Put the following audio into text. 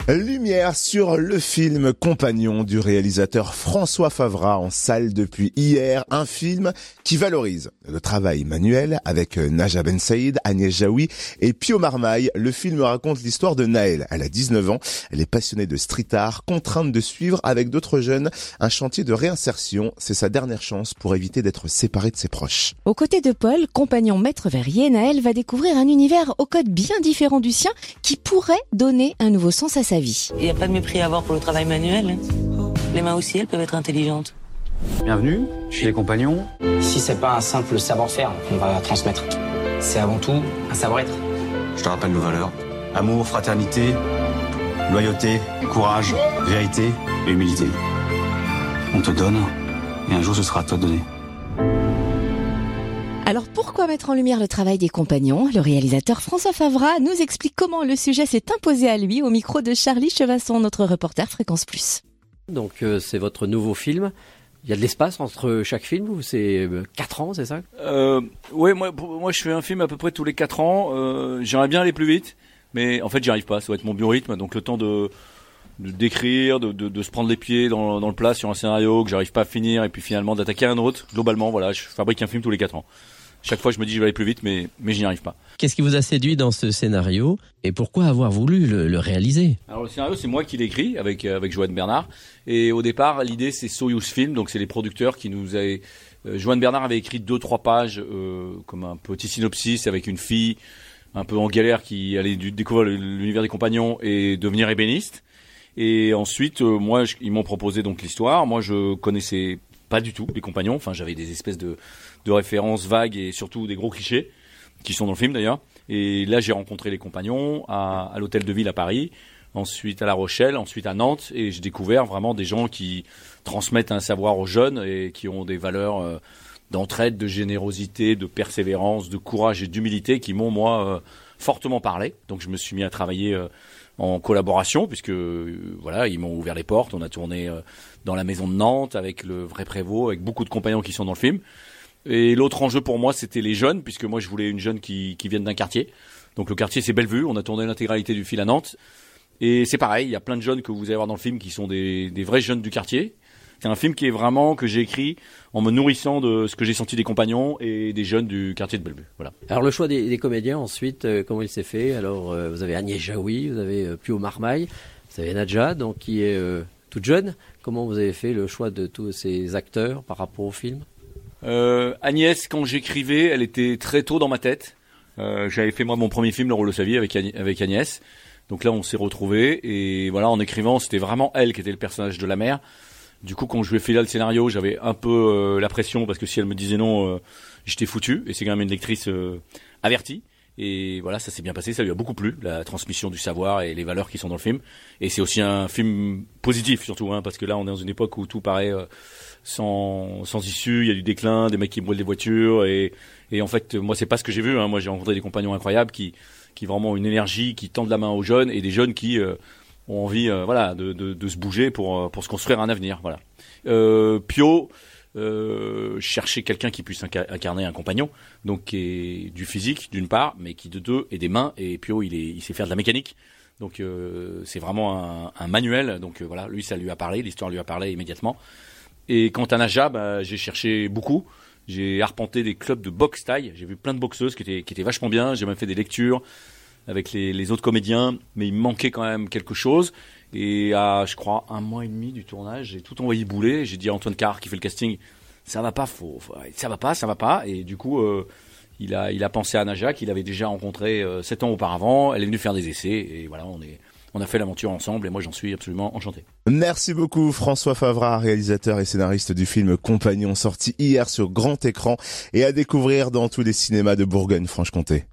Lumière sur le film Compagnon du réalisateur François Favras en salle depuis hier. Un film qui valorise le travail manuel avec Naja Ben Saïd, Agnès Jaoui et Pio Marmaille. Le film raconte l'histoire de Naëlle. Elle a 19 ans. Elle est passionnée de street art, contrainte de suivre avec d'autres jeunes un chantier de réinsertion. C'est sa dernière chance pour éviter d'être séparée de ses proches. Aux côtés de Paul, compagnon maître verrier, Naëlle va découvrir un univers au code bien différent du sien qui pourrait donner un nouveau sens à sa vie. Il n'y a pas de mépris à avoir pour le travail manuel. Les mains aussi, elles peuvent être intelligentes. Bienvenue chez les compagnons. Ici, c'est pas un simple savoir-faire qu'on va transmettre. C'est avant tout un savoir-être. Je te rappelle nos valeurs. Amour, fraternité, loyauté, courage, vérité et humilité. On te donne, et un jour ce sera à toi de donner. Alors pourquoi mettre en lumière le travail des compagnons ? Le réalisateur François Favras nous explique comment le sujet s'est imposé à lui au micro de Charlie Chevasson, notre reporter Fréquence Plus. Donc c'est votre nouveau film. Il y a de l'espace entre chaque film ou c'est 4 ans, c'est ça ? Oui, moi je fais un film à peu près tous les 4 ans. J'aimerais bien aller plus vite, mais en fait j'y arrive pas. Ça va être mon biorythme, donc le temps d'écrire, de se prendre les pieds dans le plat sur un scénario que j'arrive pas à finir et puis finalement d'attaquer un autre. Globalement, voilà, je fabrique un film tous les 4 ans. Chaque fois, je me dis je vais aller plus vite, mais je n'y arrive pas. Qu'est-ce qui vous a séduit dans ce scénario et pourquoi avoir voulu le réaliser ? Alors le scénario, c'est moi qui l'ai écrit avec Joanne Bernard. Et au départ, l'idée c'est Soyuz Film, donc c'est les producteurs qui nous avaient. Joanne Bernard avait écrit 2-3 pages comme un petit synopsis avec une fille un peu en galère qui allait découvrir l'univers des compagnons et devenir ébéniste. Et ensuite, ils m'ont proposé donc l'histoire. Moi, je connaissais pas du tout les compagnons. Enfin, j'avais des espèces de références vagues et surtout des gros clichés qui sont dans le film d'ailleurs. Et là, j'ai rencontré les compagnons à l'hôtel de ville à Paris, ensuite à La Rochelle, ensuite à Nantes, et j'ai découvert vraiment des gens qui transmettent un savoir aux jeunes et qui ont des valeurs d'entraide, de générosité, de persévérance, de courage et d'humilité qui m'ont moi fortement parlé. Donc je me suis mis à travailler en collaboration puisque voilà, ils m'ont ouvert les portes. On a tourné dans la maison de Nantes avec le vrai prévôt, avec beaucoup de compagnons qui sont dans le film. Et l'autre enjeu pour moi, c'était les jeunes, puisque moi je voulais une jeune qui vienne d'un quartier. Donc le quartier c'est Bellevue, on a tourné l'intégralité du film à Nantes. Et c'est pareil, il y a plein de jeunes que vous allez voir dans le film qui sont des vrais jeunes du quartier. C'est un film que j'ai écrit en me nourrissant de ce que j'ai senti des compagnons et des jeunes du quartier de Bellevue. Voilà. Alors le choix des comédiens ensuite, comment il s'est fait ? Alors vous avez Agnès Jaoui, vous avez Pio Marmaille, vous avez Naja, donc qui est toute jeune. Comment vous avez fait le choix de tous ces acteurs par rapport au film ? Agnès, quand j'écrivais, elle était très tôt dans ma tête. J'avais fait moi mon premier film, Le rôle de sa vie, avec Agnès. Donc là, on s'est retrouvés et voilà, en écrivant, c'était vraiment elle qui était le personnage de la mère. Du coup, quand je lui ai fait là le scénario, j'avais un peu la pression parce que si elle me disait non, j'étais foutu. Et c'est quand même une lectrice avertie. Et voilà, ça s'est bien passé, ça lui a beaucoup plu, la transmission du savoir et les valeurs qui sont dans le film. Et c'est aussi un film positif surtout, parce que là, on est dans une époque où tout paraît sans issue, il y a du déclin, des mecs qui brûlent des voitures et en fait, moi, c'est pas ce que j'ai vu. Moi, j'ai rencontré des compagnons incroyables qui vraiment ont une énergie, qui tendent la main aux jeunes et des jeunes qui ont envie, de se bouger pour se construire un avenir. Voilà. Pio. Chercher quelqu'un qui puisse incarner un compagnon, donc qui est du physique d'une part, mais qui de deux est des mains. Et Pio, il sait faire de la mécanique, donc c'est vraiment un manuel. Donc voilà, lui ça lui a parlé, l'histoire lui a parlé immédiatement. Et quant à Naja, j'ai cherché beaucoup. J'ai arpenté des clubs de boxe thaï. J'ai vu plein de boxeuses qui étaient vachement bien. J'ai même fait des lectures avec les autres comédiens, mais il me manquait quand même quelque chose. Et à, je crois, 1 mois et demi du tournage, j'ai tout envoyé bouler. J'ai dit à Antoine Carr qui fait le casting, ça va pas, ça va pas. Et du coup, il a pensé à Naja qu'il avait déjà rencontré 7 ans auparavant. Elle est venue faire des essais et voilà, on a fait l'aventure ensemble et moi j'en suis absolument enchanté. Merci beaucoup François Favras, réalisateur et scénariste du film Compagnon, sorti hier sur grand écran et à découvrir dans tous les cinémas de Bourgogne-Franche-Comté.